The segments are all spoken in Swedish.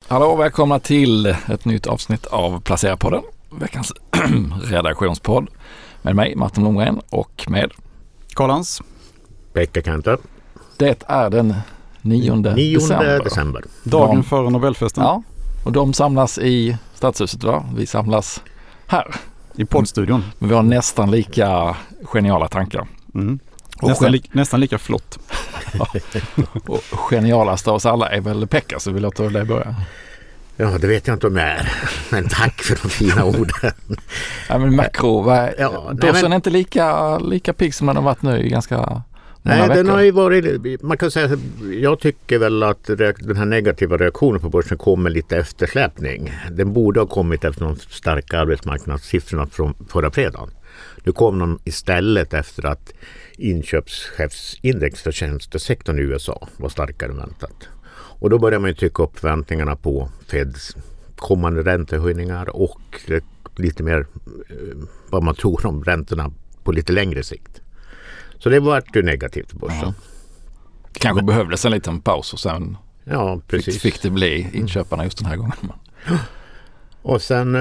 Hallå och välkomna till ett nytt avsnitt av Placera-podden, veckans redaktionspodd med mig Martin Lundgren och med Karlans Pekka Kanter. Det är den 9 december. Dagen före Nobelfesten. Ja, och de samlas i Stadshuset, va? Vi samlas här. I poddstudion. Men vi har nästan lika geniala tankar. Mm. Nästan lika flott. Och genialast av oss alla är väl Pekka, så vi låter det börja. Ja, det vet jag inte om jag är. Men tack för de fina orden. Ja, men makro, börsen är inte lika pigg som den har varit nu i ganska många veckor. Den har ju varit, man kan säga, jag tycker väl att den här negativa reaktionen på börsen kommer lite eftersläpning. Den borde ha kommit efter de starka arbetsmarknadssiffrorna från förra fredagen. Nu kom de istället efter att inköpschefsindex för tjänstesektorn i USA var starkare än väntat. Och då börjar man ju trycka upp förväntningarna på Feds kommande räntehöjningar och lite mer vad man tror om räntorna på lite längre sikt. Så det var ju negativt för börsen. Det kanske behövdes en liten paus och sen fick det bli inköparna just den här gången. Och sen,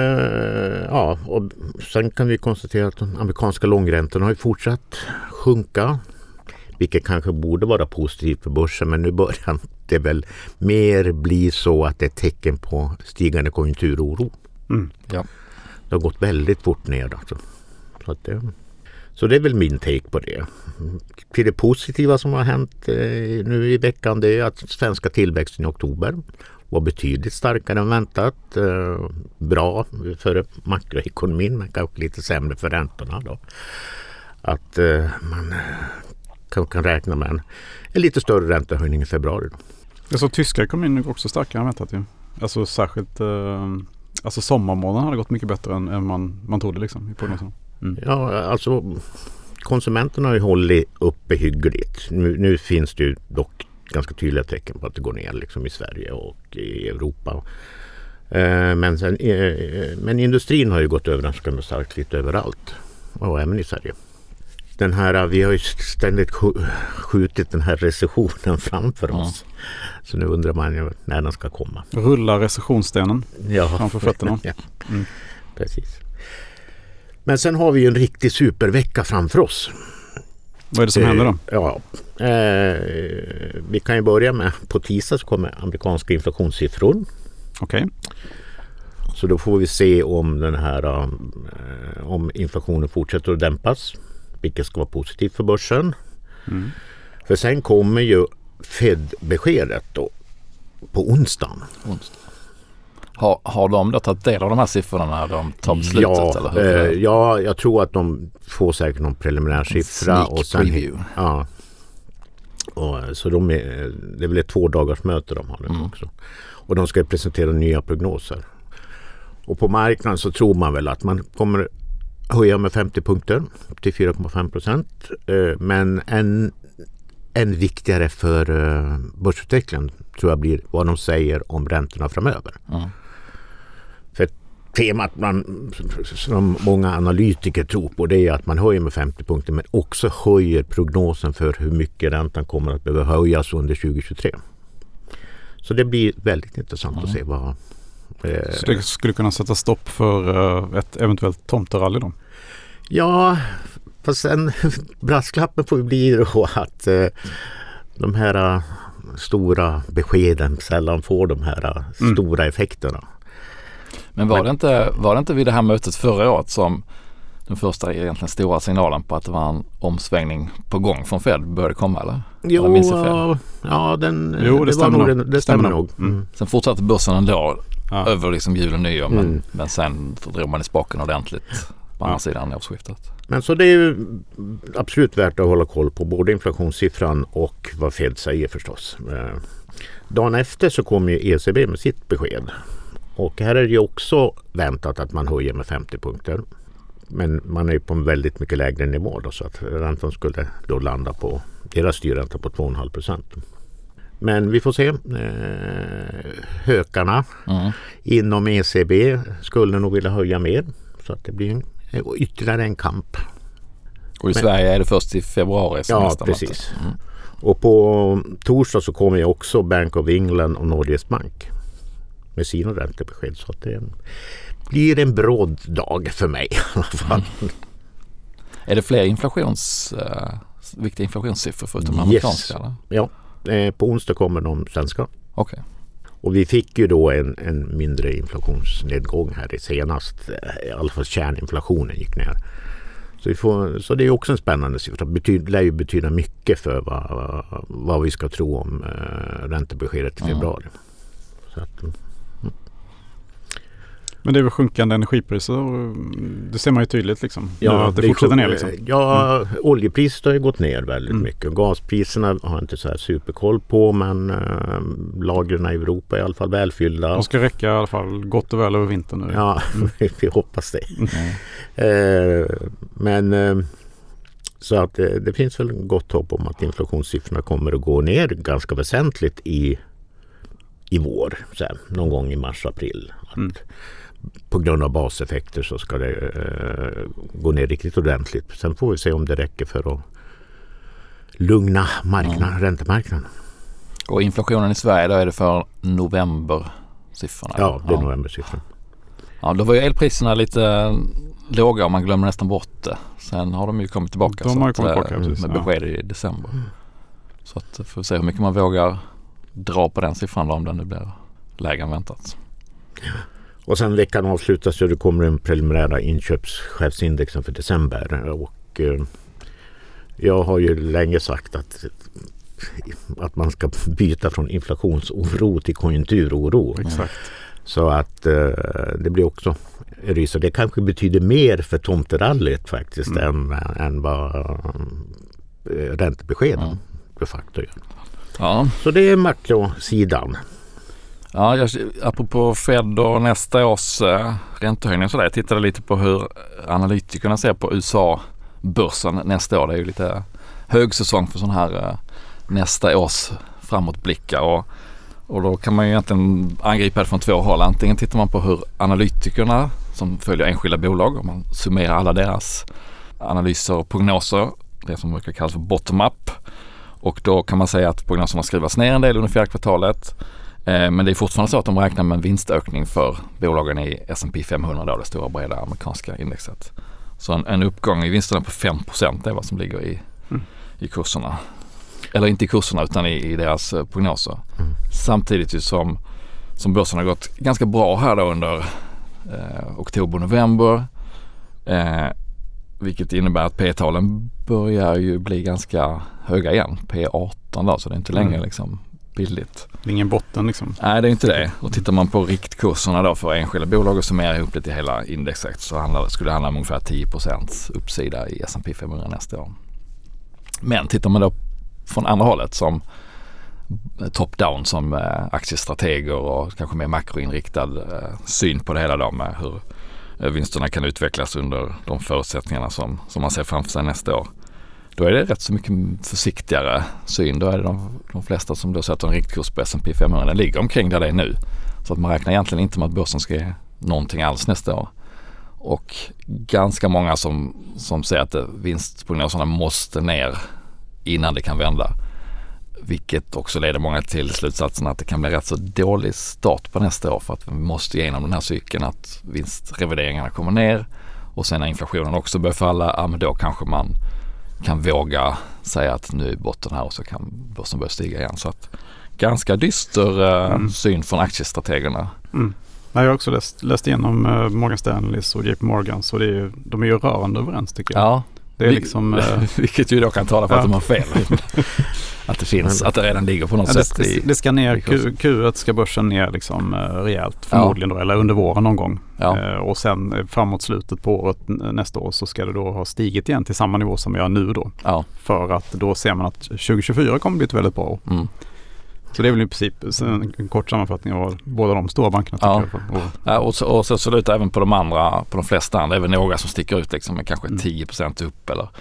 sen kan vi konstatera att de amerikanska långräntorna har ju fortsatt sjunka. Vilket kanske borde vara positivt för börsen, men nu börjar det väl mer bli så att det är tecken på stigande konjunkturoro. Mm. Ja. Det har gått väldigt fort ner. Alltså. Så det är väl min take på det. Till det positiva som har hänt nu i veckan, det är att svenska tillväxten i oktober var betydligt starkare än väntat. Bra för makroekonomin, men kanske lite sämre för räntorna då. Att man kan räkna med en lite större räntehöjning i februari. Jag så tyska ekonomin är också starkare än väntat ju. Alltså särskilt sommarmånaden hade gått mycket bättre än man trodde liksom i prognosen. Mm. Ja, alltså konsumenterna har ju hållit uppe hyggligt. Nu finns det ju dock ganska tydliga tecken på att det går ner liksom i Sverige och i Europa. Men industrin har ju gått överraskande starkt lite överallt. Och även i Sverige. Vi har ju ständigt skjutit den här recessionen framför oss. Så nu undrar man ju när den ska komma. Rulla recessionsstenen framför fötterna. Ja, precis. Men sen har vi ju en riktig supervecka framför oss. Vad är det som händer då? Ja, vi kan ju börja med på tisdag så kommer amerikanska inflationssiffror. Okej. Så då får vi se om om inflationen fortsätter att dämpas. Vilket ska vara positivt för börsen. Mm. För sen kommer ju Fed-beskedet då på onsdagen. Har de då tagit del av de här siffrorna när de tar beslutet? Ja, eller hur? Jag tror att de får säkert någon preliminär siffra. Och sen preview. Ja. Så det är väl ett 2 dagars möte de har nu också. Och de ska presentera nya prognoser. Och på marknaden så tror man väl att man kommer höja med 50 punkter till 4,5%. Men än viktigare för börsutvecklingen tror jag blir vad de säger om räntorna framöver. För temat som många analytiker tror på, det är att man höjer med 50 punkter men också höjer prognosen för hur mycket räntan kommer att behöva höjas under 2023. Så det blir väldigt intressant att se vad... Så det skulle kunna sätta stopp för ett eventuellt tomterally då? Ja, fast sen brasklappen får bli då att de här stora beskeden sällan får de här stora effekterna. Men var det inte vid det här mötet förra året som den första egentligen stora signalen på att det var en omsvängning på gång från Fed började komma, eller? Jo, det stämmer nog. Mm. Sen fortsatte börsen ändå över liksom jul och nyår, men sen drog man i spaken ordentligt på andra sidan årsskiftet. Men så det är ju absolut värt att hålla koll på både inflationssiffran och vad Fed säger förstås. Dagen efter så kom ju ECB med sitt besked. Och här är det ju också väntat att man höjer med 50 punkter. Men man är ju på en väldigt mycket lägre nivå då, så att räntan skulle då landa på deras styrränta på 2,5%. Men vi får se. Hökarna inom ECB skulle nog vilja höja mer. Så att det blir ytterligare en kamp. Och i Sverige är det först i februari. Ja, precis. Och på torsdag så kommer ju också Bank of England och Norges Bank med sina räntebesked. Så att det blir en bråd dag för mig i alla fall. Är det fler viktiga inflationssiffror förutom de amerikanska? Eller? Ja, på onsdag kommer de svenska. Okay. Och vi fick ju då en mindre inflationsnedgång här i senast. I alla fall kärninflationen gick ner. Så det är också en spännande siffra. Det lär ju betyda mycket för vad vi ska tro om räntebeskedet i februari. Så att, Men det är väl sjunkande energipriser, det ser man ju tydligt liksom. Ja, att det fortsätter ner liksom. Ja, oljepriset har ju gått ner väldigt mycket. Gaspriserna har jag inte så här superkoll på, men lagren i Europa är i alla fall välfyllda. De ska räcka i alla fall gott och väl över vintern nu. Ja, vi hoppas det. Men så att det finns väl gott hopp om att inflationssiffrorna kommer att gå ner ganska väsentligt i vår, så här, någon gång i mars-april. På grund av baseffekter så ska det gå ner riktigt ordentligt. Sen får vi se om det räcker för att lugna räntemarknaden. Och inflationen i Sverige, då är det för november-siffrorna? Ja, det är november-siffrorna. Ja, då var ju elpriserna lite låga och man glömmer nästan bort det. Sen har de ju kommit tillbaka, med besked i december. Så att får vi se hur mycket man vågar dra på den siffran då, om den nu blir lägre än väntat. Och sen veckan avslutas så det kommer den preliminära inköpschefsindexen för december. Och jag har ju länge sagt att man ska byta från inflationsoro till konjunkturoro. Exakt. Så att det blir också rysare. Det kanske betyder mer för tomterallyt faktiskt än vad räntebeskeden de facto gör. Ja. Så det är makrosidan. Ja, apropå Fed och nästa års räntehöjning så där, jag tittade lite på hur analytikerna ser på USA-börsen nästa år. Det är ju lite högsäsong för sån här nästa års framåtblickar och då kan man ju egentligen angripa det från två håll. Antingen tittar man på hur analytikerna som följer enskilda bolag, och man summerar alla deras analyser och prognoser, det som brukar kallas för bottom-up, och då kan man säga att prognoserna skrivas ner en del under fjärde kvartalet. Men det är fortfarande så att de räknar med en vinstökning för bolagen i S&P 500, då, det stora breda amerikanska indexet. Så en uppgång i vinsterna på 5% är vad som ligger i kurserna. Eller inte i kurserna utan i deras prognoser. Samtidigt som börsen har gått ganska bra här då under oktober-november. Vilket innebär att P-talen börjar ju bli ganska höga igen. P18 då, så det är inte längre liksom billigt. Det är ingen botten liksom. Nej, det är inte det. Och tittar man på riktkurserna då för enskilda bolag och summerar ihop lite hela indexet, så skulle det handla om ungefär 10% uppsida i S&P 500 nästa år. Men tittar man då från andra hållet som top-down, som aktiestrateger och kanske mer makroinriktad syn på det hela då, med hur vinsterna kan utvecklas under de förutsättningarna som man ser framför sig nästa år. Då är det rätt så mycket försiktigare syn. Då är det de flesta som då sätter en riktkurs på S&P 500. Den ligger omkring där det är nu. Så att man räknar egentligen inte med att börsen ska ge någonting alls nästa år. Och ganska många som säger att vinstprognoserna måste ner innan det kan vända. Vilket också leder många till slutsatsen att det kan bli rätt så dålig start på nästa år, för att vi måste igenom den här cykeln att vinstrevideringarna kommer ner och sen när inflationen också börjar falla, men då kanske man kan våga säga att nu är botten här och så kan börsen börja stiga igen. Så att ganska dyster syn från aktiestrategerna. Jag har också läst igenom Morgan Stanleys och JP Morgan, så de är ju rörande överens tycker jag. Ja. Det är liksom, vilket ju då kan tala för att de har fel. Att det finns, att det redan ligger på något sätt. Det ska ner, Q1 ska börsen ner liksom rejält förmodligen då, eller under våren någon gång. Ja. Och sen framåt slutet på året nästa år så ska det då ha stigit igen till samma nivå som vi har nu då. Ja. För att då ser man att 2024 kommer bli ett väldigt bra år. Så det är väl i princip en kort sammanfattning av båda de stora bankerna tycker jag. Ja, och så ser det ut även på de andra, på de flesta andra. Det är väl några som sticker ut liksom med kanske 10% upp eller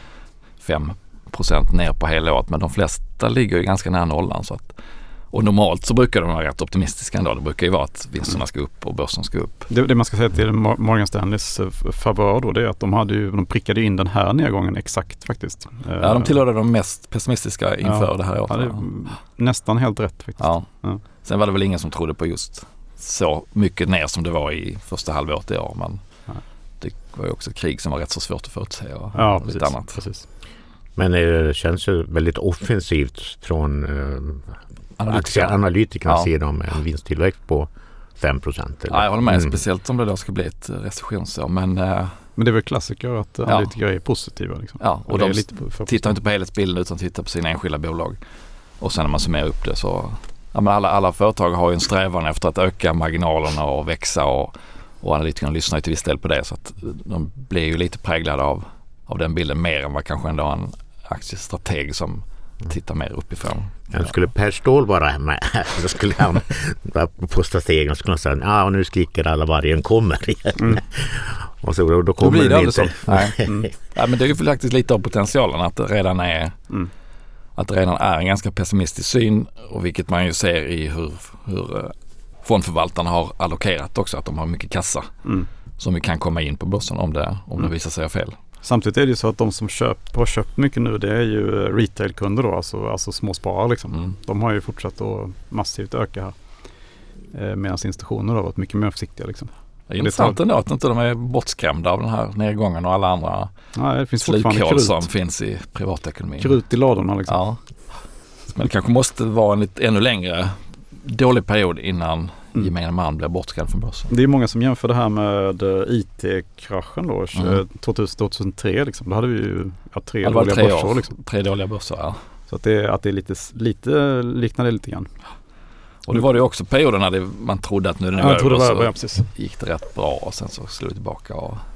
5% ner på hela året. Men de flesta ligger ju ganska nära nollan. Så att, och normalt så brukar de vara rätt optimistiska ändå. Det brukar ju vara att vinsterna ska upp och börsen ska upp. Det man ska säga till Morgan Stanleys favör då, det är att de prickade in den här nedgången exakt faktiskt. Ja, de tillhörde de mest pessimistiska inför det här året. Ja, det är nästan helt rätt faktiskt. Ja. Sen var det väl ingen som trodde på just så mycket ner som det var i första halvåret i år. Men det var ju också ett krig som var rätt så svårt att förutse och lite annat. Precis. Men det känns ju väldigt offensivt från aktieanalytikernas sida med en vinsttillväxt på 5%. Ja, jag håller med. Speciellt om det då ska bli ett recessionsår. Men det är väl klassiker att analytiker är positiva. Liksom. Ja, och de tittar inte på helhetsbilden utan tittar på sina enskilda bolag. Och sen när man summerar upp det så... Ja, men alla företag har ju en strävan efter att öka marginalerna och växa och analytikerna lyssnar ju till viss del på det. Så att de blir ju lite präglade av den bilden mer än vad kanske ändå en aktiestrateg som tittar mer uppifrån. Skulle Per Ståhl vara med då skulle han på strategen och skulle säga och nu skriker alla vargen kommer igen. Och så då kommer blir det inte. Så. Nej. Ja, men det är ju faktiskt lite av potentialen att det redan är en ganska pessimistisk syn och vilket man ju ser i hur fondförvaltarna har allokerat också, att de har mycket kassa som vi kan komma in på börsen om det visar sig fel. Samtidigt är det ju så att de som har köpt mycket nu, det är ju retailkunder då, alltså småsparare liksom. De har ju fortsatt att massivt öka här. Medan institutioner har varit mycket mer försiktiga liksom. Det är intressant ändå att inte de är bortskrämda av den här nedgången och alla andra slukhål som finns i privatekonomin. Krut i ladorna liksom. Ja. Men det kanske måste vara en ännu längre dålig period innan gemene man blir bortskrämd från börsen. Det är många som jämför det här med IT-kraschen då, 2003 liksom. Då hade vi ju 3 dåliga börser liksom. 3 dåliga börser, ja. Så att det är lite liknar det lite grann. Och det var det ju också perioden när man trodde att nu är det över så gick det rätt bra och sen så slog det tillbaka.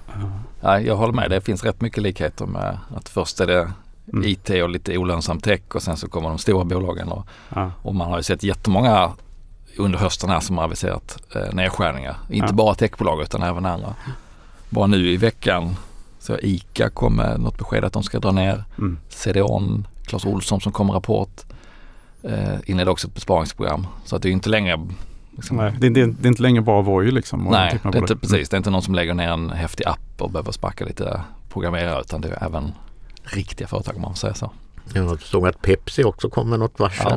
Jag håller med, det finns rätt mycket likheter med att först är det IT och lite olönsam tech och sen så kommer de stora bolagen och man har ju sett jättemånga under hösten här som har aviserat nedskärningar. Inte bara techbolag utan även andra. Bara nu i veckan så ICA kom med något besked att de ska dra ner. CDON, Clas Ohlson som kom rapport. Inledde också ett besparingsprogram. Så att det är inte längre... Liksom, nej, det är inte längre bara Voi liksom. Nej, det är inte, precis. Det är inte någon som lägger ner en häftig app och behöver sparka lite programmerare utan det är även riktiga företag om man får säga så. Jag såg att Pepsi också kom med något varsel.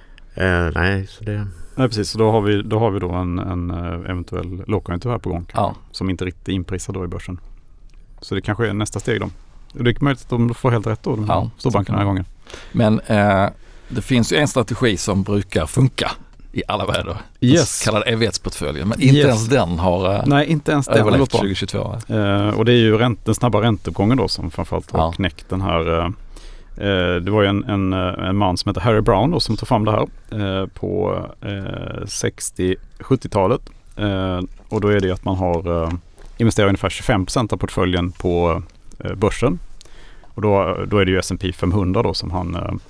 Nej, så det... Nej, precis. Så då har vi då en eventuell lågkonjunktur här på gång. Som inte riktigt är inprisad då i börsen. Så det kanske är nästa steg då. Det är möjligt att de får helt rätt då, de storbankerna den här gången. Men det finns ju en strategi som brukar funka i alla väder. Yes. Kallad evighetsportföljen. Men inte ens den har överlevt 2022. Och det är ju den snabba ränteuppgången då som framförallt har knäckt den här. Det var ju en man som heter Harry Brown då, som tog fram det här på 60-70-talet. Och då är det ju att man har investerat ungefär 25% av portföljen på börsen. Och då är det ju S&P 500 då som han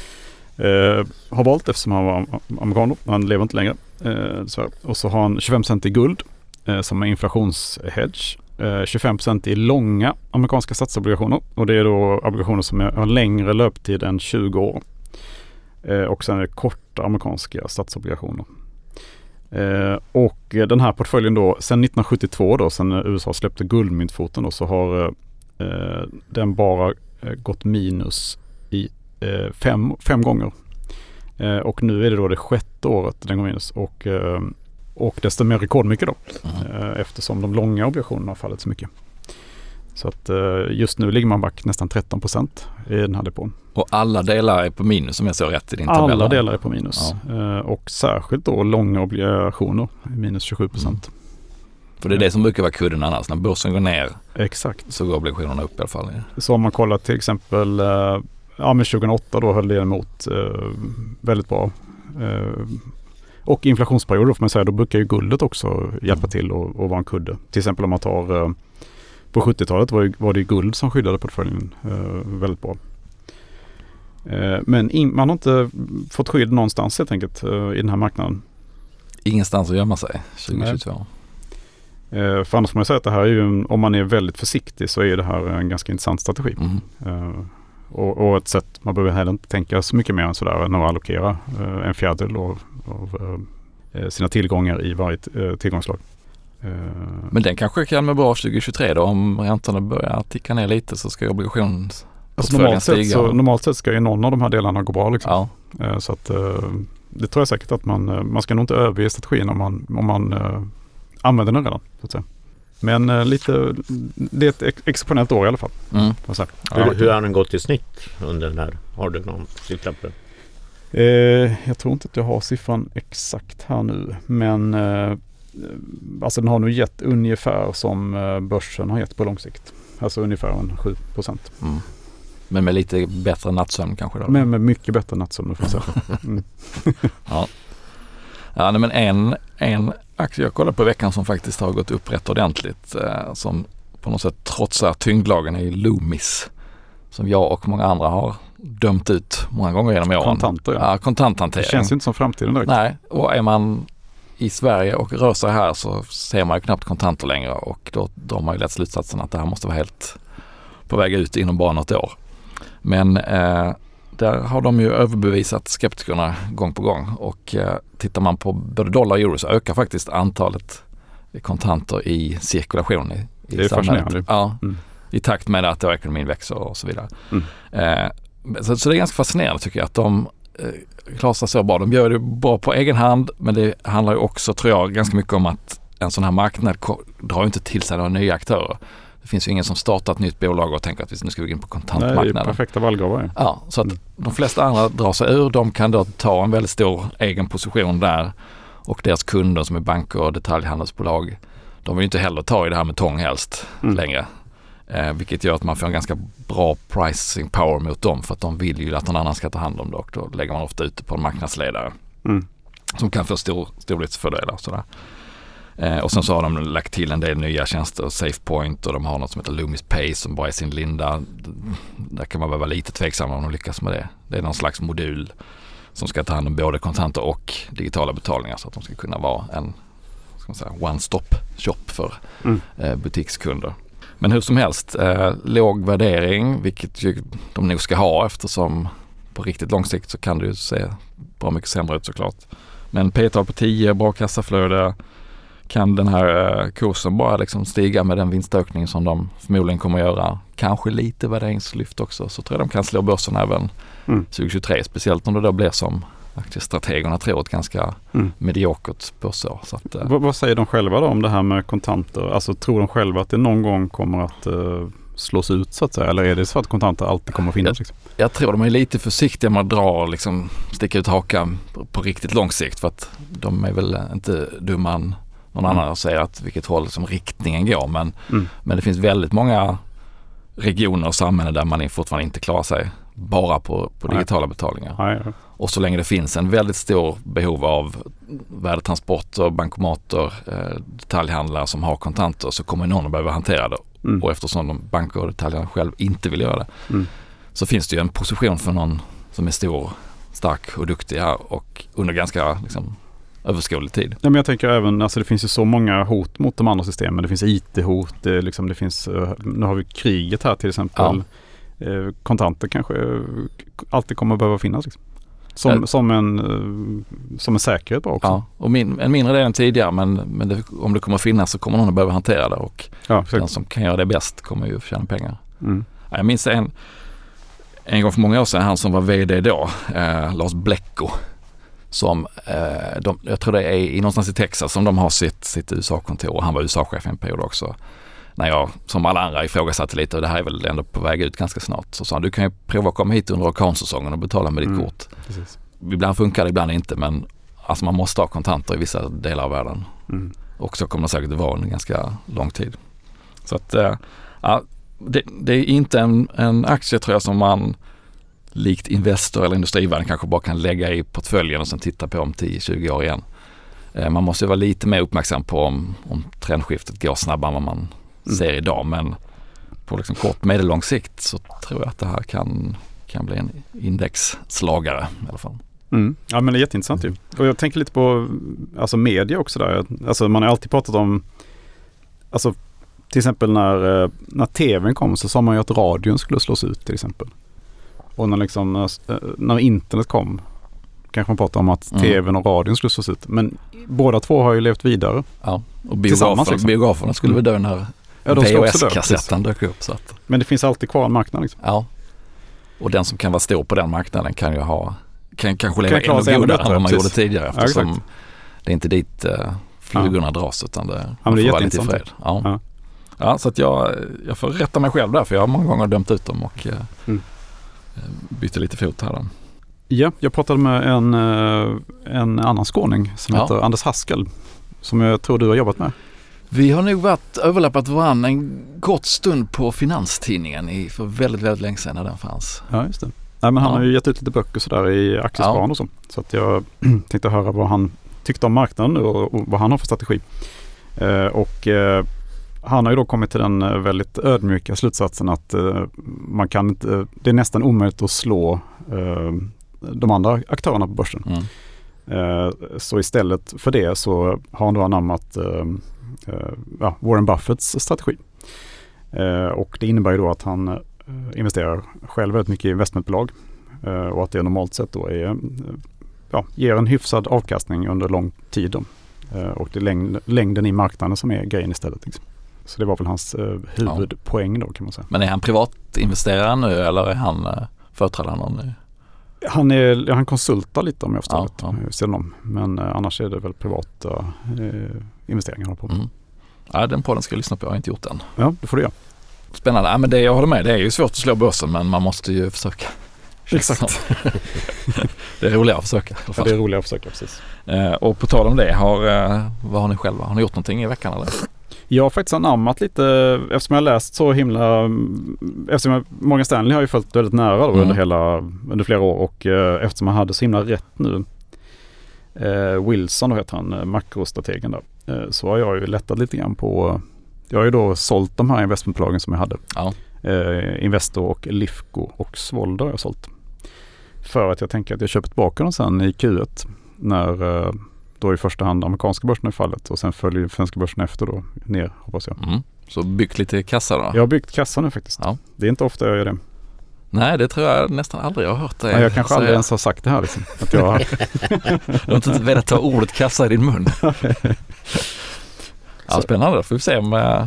har valt eftersom han var amerikan. Han lever inte längre. Och så har han 25% i guld som är inflationshedge. 25% i långa amerikanska statsobligationer. Och det är då obligationer som har längre löptid än 20 år. Och sen är det korta amerikanska statsobligationer. Och den här portföljen då, sen 1972 då, sen USA släppte guldmyntfoten då, så har den bara gått minus i 5 gånger. Och nu är det då det 6:e året den går minus och det stämmer rekordmycket då eftersom de långa obligationerna har fallit så mycket. Så att just nu ligger man back nästan 13% i den här depån. Och alla delar är på minus som jag såg rätt i din tabell? Alla delar är på minus. Och särskilt då långa obligationer minus 27%. För det är det som brukar vara kudden annars. När börsen går ner så går obligationerna upp i alla fall. Så om man kollar till exempel med 2008 då höll det emot väldigt bra. Och inflationsperioder får man säga, då brukar ju guldet också hjälpa till och vara en kudde. Till exempel om man tar på 70-talet var det ju guld som skyddade portföljen väldigt bra. Men man har inte fått skydd någonstans helt enkelt i den här marknaden. Ingenstans att gömma sig 2022. För annars får man säga att det här är ju, om man är väldigt försiktig så är det här en ganska intressant strategi. Och ett sätt, man behöver heller inte tänka så mycket mer än sådär än att allokera en fjärdedel av sina tillgångar i varje tillgångslag. Men den kanske kan med bra 2023 då, om räntorna börjar ticka ner lite så ska obligationsportföljen stiga. Normalt sett ska ju någon av de här delarna gå bra liksom. Så att det tror jag säkert att man ska nog inte överge strategin om man använder den redan, så att säga. Men det är ett exceptionellt år i alla fall. Hur har den gått i snitt under den här? Har du någon siffra på det? Jag tror inte att jag har siffran exakt här nu, men alltså den har nog gett ungefär som börsen har gett på lång sikt. Alltså ungefär 7%. Men med lite bättre nattsömn kanske då? Med mycket bättre nattsömn. Ja, men en aktie jag kollade på veckan som faktiskt har gått upp rätt ordentligt, som på något sätt trotsar tyngdlagen, är Loomis, som jag och många andra har dömt ut många gånger genom åren. Kontanter, ja. Kontanthantering. Det känns ju inte som framtiden direkt. Nej, och är man i Sverige och rör sig här så ser man ju knappt kontanter längre, och då drar man ju lätt slutsatsen att det här måste vara helt på väg ut inom bara något år. Men där har de ju överbevisat skeptikerna gång på gång, och tittar man på både dollar och euro så ökar faktiskt antalet kontanter i cirkulation i det är samhället. Fascinerande. Ja, i takt med att ekonomin växer och så vidare. Så det är ganska fascinerande tycker jag att de klarar sig så bra. De gör det bra på egen hand, men det handlar ju också, tror jag, ganska mycket om att en sån här marknad drar inte till sig några nya aktörer. Det finns ju ingen som startar ett nytt bolag och tänker att nu ska vi gå in på kontantmarknaden. Det är perfekta vallgravar. Ja, så att de flesta andra drar sig ur. De kan då ta en väldigt stor egen position där, och deras kunder som är banker och detaljhandelsbolag, de vill ju inte heller ta i det här med tång helst längre. Vilket gör att man får en ganska bra pricing power mot dem, för att de vill ju att någon annan ska ta hand om det, och då lägger man ofta ut på en marknadsledare som kan få storleksfördelar och sådär. Och sen så har de lagt till en del nya tjänster, SafePoint, och de har något som heter Loomis Pay som bara är sin linda. Där kan man vara lite tveksam om de lyckas med det. Det är någon slags modul som ska ta hand om både kontanter och digitala betalningar, så att de ska kunna vara en, ska man säga, one-stop shop för butikskunder. Men hur som helst, låg värdering, vilket ju de nog ska ha, eftersom på riktigt lång sikt så kan det ju se bra mycket sämre ut såklart. Men P-tal på 10, bra kassaflöde. Kan den här kursen bara liksom stiga med den vinstökning som de förmodligen kommer att göra, kanske lite värderingslyft också, så tror jag de kan slå börsen även 2023, speciellt om det då blir som aktiestrategerna tror, ett ganska mediokert börsår. Så att, vad säger de själva då om det här med kontanter? Alltså tror de själva att det någon gång kommer att slås ut så att säga, eller är det så att kontanter alltid kommer att finnas? Jag tror de är lite försiktiga med att dra, liksom, sticka ut hakan på riktigt lång sikt, för att de är väl inte dumma någon annan säger att vilket håll som riktningen går, men det finns väldigt många regioner och samhällen där man fortfarande inte klarar sig bara på digitala betalningar. Nej. Och så länge det finns en väldigt stor behov av värdetransporter, bankomater, detaljhandlare som har kontanter, så kommer någon att behöva hantera det. Och eftersom de banker och detaljhandlare själv inte vill göra det, så finns det ju en position för någon som är stor, stark och duktig här, och under ganska liksom överskådlig tid. Ja, men jag tänker även, alltså det finns ju så många hot mot de andra systemen. Det finns IT-hot, det finns, nu har vi kriget här till exempel. Ja. Kontanter kanske alltid kommer att behöva finnas liksom. Som en säkerhet bara också. Ja, och en mindre del än tidigare, men om det kommer att finnas så kommer någon att behöva hantera det, och den som kan göra det bäst kommer ju tjäna pengar. Jag minns en gång för många år sedan, han som var vd då, Lars Blecko, som jag tror det är någonstans i Texas som de har sitt USA-kontor, och han var USA-chef en period också. När jag, som alla andra, ifrågasatte lite, och det här är väl ändå på väg ut ganska snart, så sa han, du kan ju prova att komma hit under orkansäsongen och betala med ditt kort. Precis. Ibland funkar det, ibland inte, men alltså man måste ha kontanter i vissa delar av världen. Och så kommer det säkert att vara en ganska lång tid. Så att det är inte en aktie, tror jag, som man likt Investor eller Industrivärden kanske bara kan lägga i portföljen och sen titta på om 10-20 år igen. Man måste vara lite mer uppmärksam på om trendskiftet går snabbare än vad man ser idag, men på liksom kort medellång sikt så tror jag att det här kan bli en indexslagare i alla fall. Ja, men det är jätteintressant ju. Och jag tänker lite på alltså media också där. Alltså man har alltid pratat om, alltså till exempel när tvn kom så sa man ju att radion skulle slås ut till exempel. Och när internet kom kanske man pratar om att tvn och radion skulle slås ut. Men båda två har ju levt vidare. Ja, och biograferna skulle väl dö när VHS-kassetten dök upp. Så att. Men det finns alltid kvar en marknad liksom. Ja, och den som kan vara stor på den marknaden kan ju ha kan kanske leva ännu godare än vad man gjorde tidigare eftersom det är inte dit flugorna dras utan det får vara lite i fred. Ja, så att jag får rätta mig själv där för jag har många gånger dömt ut dem och bytte lite fot här då. Ja, jag pratade med en annan skåning som heter Anders Haskell som jag tror du har jobbat med. Vi har nog överlappat varandra en kort stund på Finanstidningen för väldigt, väldigt länge sedan när den fanns. Ja, just det. Nej, men han har ju gett ut lite böcker sådär i aktiesparande och så. Så att jag tänkte höra vad han tyckte om marknaden nu och vad han har för strategi. Han har ju då kommit till den väldigt ödmjuka slutsatsen att man kan inte, det är nästan omöjligt att slå de andra aktörerna på börsen. Så istället för det så har han då anammat Warren Buffetts strategi. Och det innebär ju då att han investerar själv väldigt mycket i investmentbolag och att det normalt sett då ger en hyfsad avkastning under lång tid då. Och det är längden i marknaden som är grejen istället. Liksom. Så det var väl hans huvudpoäng då kan man säga. Men är han privatinvesterare nu eller är han företrädare någon nu? Han konsultar lite om jag förstår det. Men annars är det väl privata investeringar på. Ja, den podden ska jag lyssna på. Jag har inte gjort den. Ja, det får du göra. Spännande. Ja, men det jag håller med. Det är ju svårt att slå börsen men man måste ju försöka. Exakt. Det är roligare att försöka. Ja, det är roligare att försöka, precis. Och på tal om det, vad har ni själva? Har ni gjort någonting i veckan eller? Jag har faktiskt anammat lite eftersom jag har läst så himla eftersom Morgan Stanley har ju följt väldigt nära då under flera år och eftersom han hade så himla rätt nu Wilson då heter han, makrostrategen där, så har jag ju lättat lite grann på, jag har ju då sålt de här investmentbolagen som jag hade. Investor och Lifco och Svolder har jag sålt. För att jag tänker att jag köper tillbaka dem sen i Q1 när då i första hand amerikanska börsen i fallet och sen följer svenska börsen efter då ner hoppas jag. Så byggt lite kassa då? Jag har byggt kassa nu faktiskt. Det är inte ofta jag gör det. Nej, det tror jag nästan aldrig jag har hört det. Nej, jag kanske aldrig ens har sagt det här liksom. Att jag har... Du har inte velat ta ordet kassa i din mun. Spännande, får vi se om...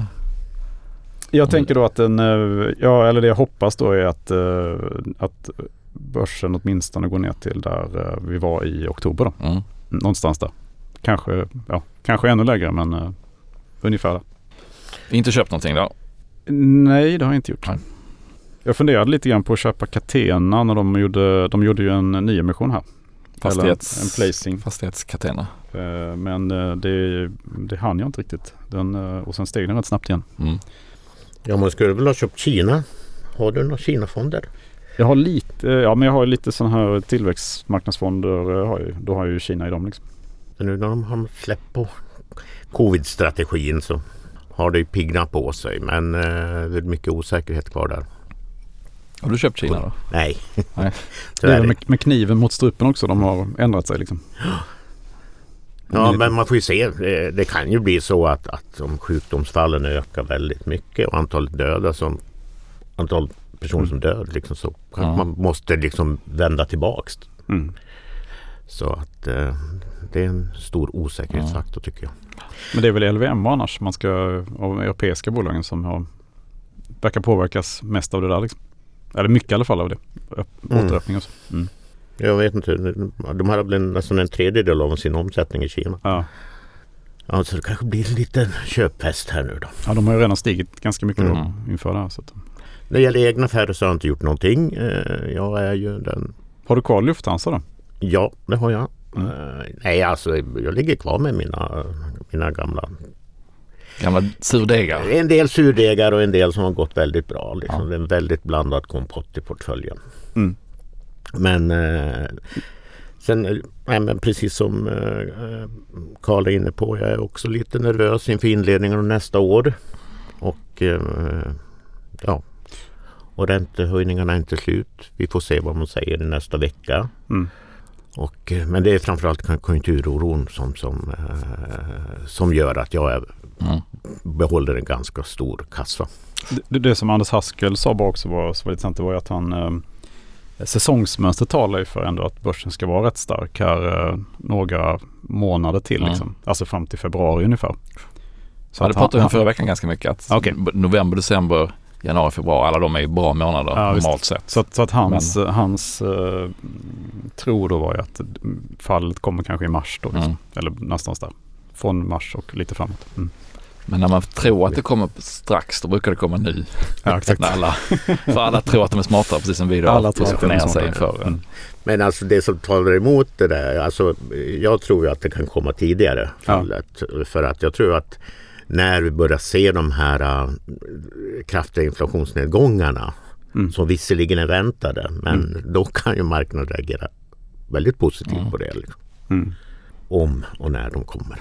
Jag tänker då att eller det jag hoppas då är att börsen åtminstone går ner till där vi var i oktober då. Någonstans där. Kanske ännu lägre men ungefär där. Inte köpt någonting då? Nej, det har jag inte gjort. Nej. Jag funderade lite grann på att köpa Catena när de gjorde ju en nyemission här. En placing. Fastighetskatena. Men det hann jag inte riktigt. Och sen steg den rätt snabbt igen. Ja, man skulle väl ha köpt Kina. Har du några Kina-fonder? Jag har lite sådana här tillväxtmarknadsfonder. Då har jag ju Kina i dem liksom. Så nu när de har släppt på covid-strategin så har det ju pignat på sig. Men det är mycket osäkerhet kvar där. Har du köpt Kina då? Nej. Det är med kniven mot strupen också. De har ändrat sig liksom. Ja, men man får ju se. Det kan ju bli så att om sjukdomsfallen ökar väldigt mycket och antal personer som dör liksom, så kanske man måste liksom vända tillbaks. Så att det är en stor osäkerhetsfaktor tycker jag. Men det är väl LVM annars man ska av europeiska bolagen som verkar påverkas mest av det där liksom. Eller mycket i alla fall av det. Återöppning och så. Jag vet inte. De har blivit nästan en tredjedel av sin omsättning i Kina. Ja, så det kanske blir en liten köpfest här nu då. Ja, de har ju redan stigit ganska mycket då inför det här. Så att... När det gäller egna affärer så har jag inte gjort någonting. Jag är ju den... Har du kvar Lufthansa då? Ja, det har jag. Nej, alltså jag ligger kvar med mina gamla surdegar. En del surdegar och en del som har gått väldigt bra. Liksom. Det är en väldigt blandad kompott i portföljen. Men sen, men precis som Carl är inne på, jag är också lite nervös inför inledningen av nästa år. Och och räntehöjningarna är inte slut. Vi får se vad man säger i nästa vecka. Men det är framförallt konjunkturoron som gör att jag behåller en ganska stor kassa. Det som Anders Haskell sa bara också var lite intressant, det var att han säsongsmönster talar ju för ändå att börsen ska vara rätt stark här några månader till liksom. Alltså fram till februari ungefär. Så det pratade vi om förra veckan ganska mycket att november, december januari, februari. Alla de är ju bra månader normalt sett. Så att hans tro då var ju att fallet kommer kanske i mars då. Liksom. Eller någonstans där. Från mars och lite framåt. Men när man tror att det kommer strax, då brukar det komma nu. Ja, exakt. För alla tror att de är smartare, precis som vi då. Alla tror att de är smartare inför. Men alltså det som talar emot det där, alltså jag tror ju att det kan komma tidigare fallet. För att jag tror att när vi börjar se de här kraftiga inflationsnedgångarna som visserligen är väntade, men då kan ju marknaden reagera väldigt positivt på det. Liksom. Om och när de kommer.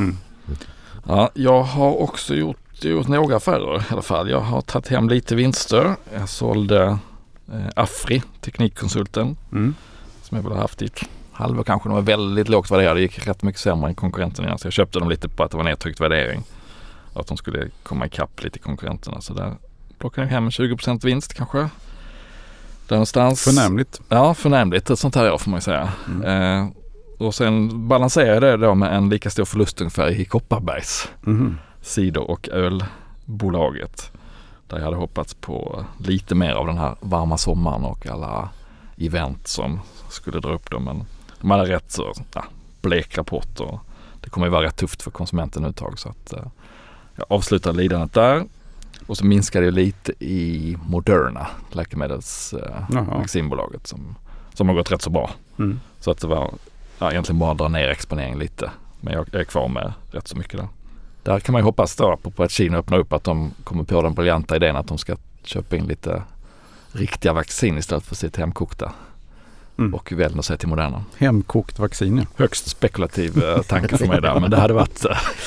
Ja, jag har också gjort några affärer i alla fall. Jag har tagit hem lite vinster. Jag sålde Afri, Teknikkonsulten, som jag väl har haft i halvår kanske. De var väldigt lågt värderade. Det gick rätt mycket sämre än konkurrenterna. Så jag köpte dem lite på att det var nedtryckt värdering. Att de skulle komma ikapp lite konkurrenterna. Så där plockade jag hem 20% vinst kanske. Där någonstans. Förnämligt. Ja, förnämligt. Ett sånt här år får man ju säga. Och sen balanserade jag det då med en lika stor förlust ungefär i Kopparbergs cider- och ölbolaget. Där jag hade hoppats på lite mer av den här varma sommaren och alla event som skulle dra upp dem. Men de hade rätt så blek rapport och det kommer ju vara rätt tufft för konsumenten uttag. Så att jag avslutade lidandet där. Och så minskade jag lite i Moderna, läkemedelsvaccinbolaget som har gått rätt så bra. Så att det var egentligen bara dra ner exponeringen lite. Men jag är kvar med rätt så mycket där. Där kan man ju hoppas då på att Kina öppnar upp, att de kommer på den briljanta idén att de ska köpa in lite riktiga vaccin istället för sitt hemkokta. Och välja sig till Moderna. Hemkokt vaccin, ja. Högst spekulativ tanke för mig där, men det hade varit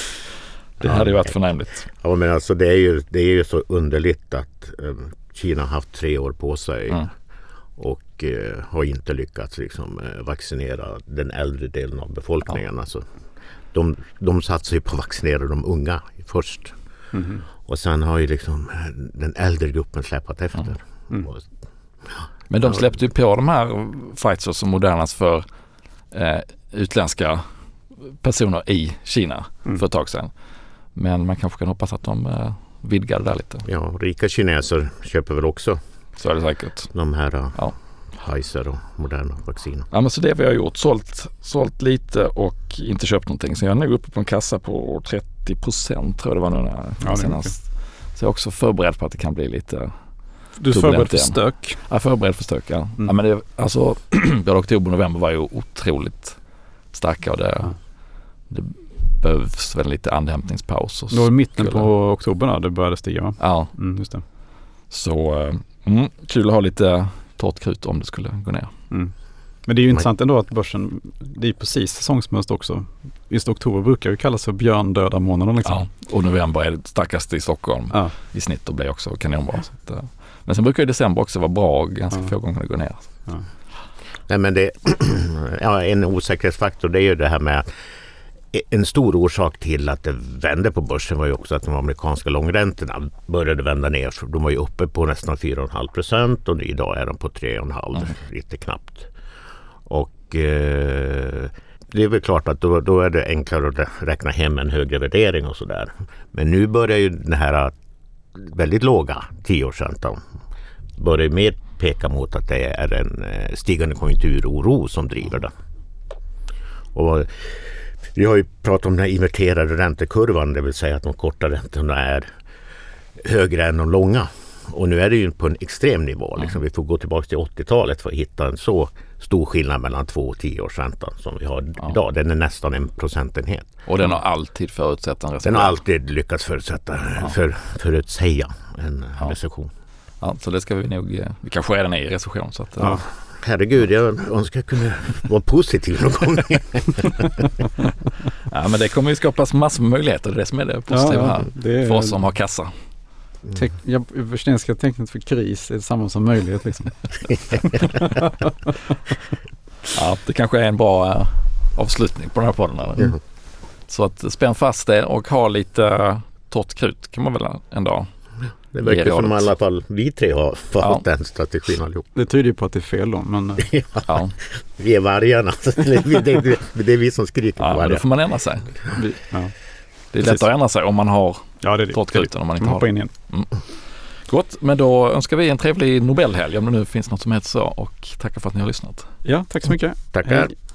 förnämligt. Ja, men alltså det är ju så underligt att Kina har haft 3 år på sig och har inte lyckats liksom vaccinera den äldre delen av befolkningen. Alltså, de satsar ju på att vaccinera de unga först. Och sen har ju liksom den äldre gruppen släpat efter. Men de släppte ju på de här Pfizer som Modernas för utländska personer i Kina för ett tag sedan. Men man kanske kan hoppas att de vidgar det där lite. Ja, rika kineser köper väl också. Så är det säkert. De här Pfizer och Moderna vacciner. Ja, men så det vi har gjort. Sålt lite och inte köpt någonting. Så jag är nu uppe på en kassa på 30% tror jag det var nu senast. Så jag är också förberedd på att det kan bli lite. Du är förberedd för stök? Ja, förberedd för stök, ja. Ja, men det, alltså, både oktober och november var ju otroligt starka och det behövs väl lite andhämtningspaus. Då i mitten på oktober när det började stiga, va? Ja. Just det. Så kul att ha lite torrt krut om det skulle gå ner. Men det är ju intressant ändå att börsen, det är precis säsongsmönster också. Just oktober brukar ju kallas för björndöda månader liksom. Ja, och november är det starkaste i Stockholm i snitt och blir också kanonbra. Så att, men sen brukar ju december också vara bra och ganska få gånger det går ner. Nej, men det en osäkerhetsfaktor, det är ju det här med en stor orsak till att det vände på börsen var ju också att de amerikanska långräntorna började vända ner. De var ju uppe på nästan 4,5% och idag är de på 3,5%, lite knappt. Och det är väl klart att då är det enklare att räkna hem en högre värdering och sådär. Men nu börjar ju den här väldigt låga 10-årsräntan börjar mer peka mot att det är en stigande konjunkturoro som driver det. Och vi har ju pratat om den här inverterade räntekurvan, det vill säga att de korta räntorna är högre än de långa. Och nu är det ju på en extrem nivå. Liksom. Vi får gå tillbaka till 80-talet för att hitta en så stor skillnad mellan 2 och 10-årsräntan som vi har idag. Den är nästan 1 procentenhet. Och den har alltid förutsett en recession. Den har alltid lyckats förutsäga en recession. Ja, så det ska vi nog, vi kanske redan är i recession. Så att, herregud, jag önskar kunna vara positiv någon gång. Ja, men det kommer ju skapas massor med möjligheter. Det är det som är det positiva här. För oss som har kassa. Överstenska tecknet för kris är samma som möjlighet liksom. Ja, det kanske är en bra avslutning på den här podden. Så att spänn fast det och ha lite torrt krut kan man väl ändå. Det verkar som i alla fall vi 3 har fått den strategin allihop. Det tyder ju på att det är fel då. Men vi är vargarna. Det är vi som skriker på vargar. Då får man ändra sig. Det är lättare att ändra sig om man har torrt krut än om man inte har in igen. Gott, men då önskar vi en trevlig Nobelhelg om det nu finns något som heter så och tackar för att ni har lyssnat. Ja, tack så mycket. Tackar. Hej.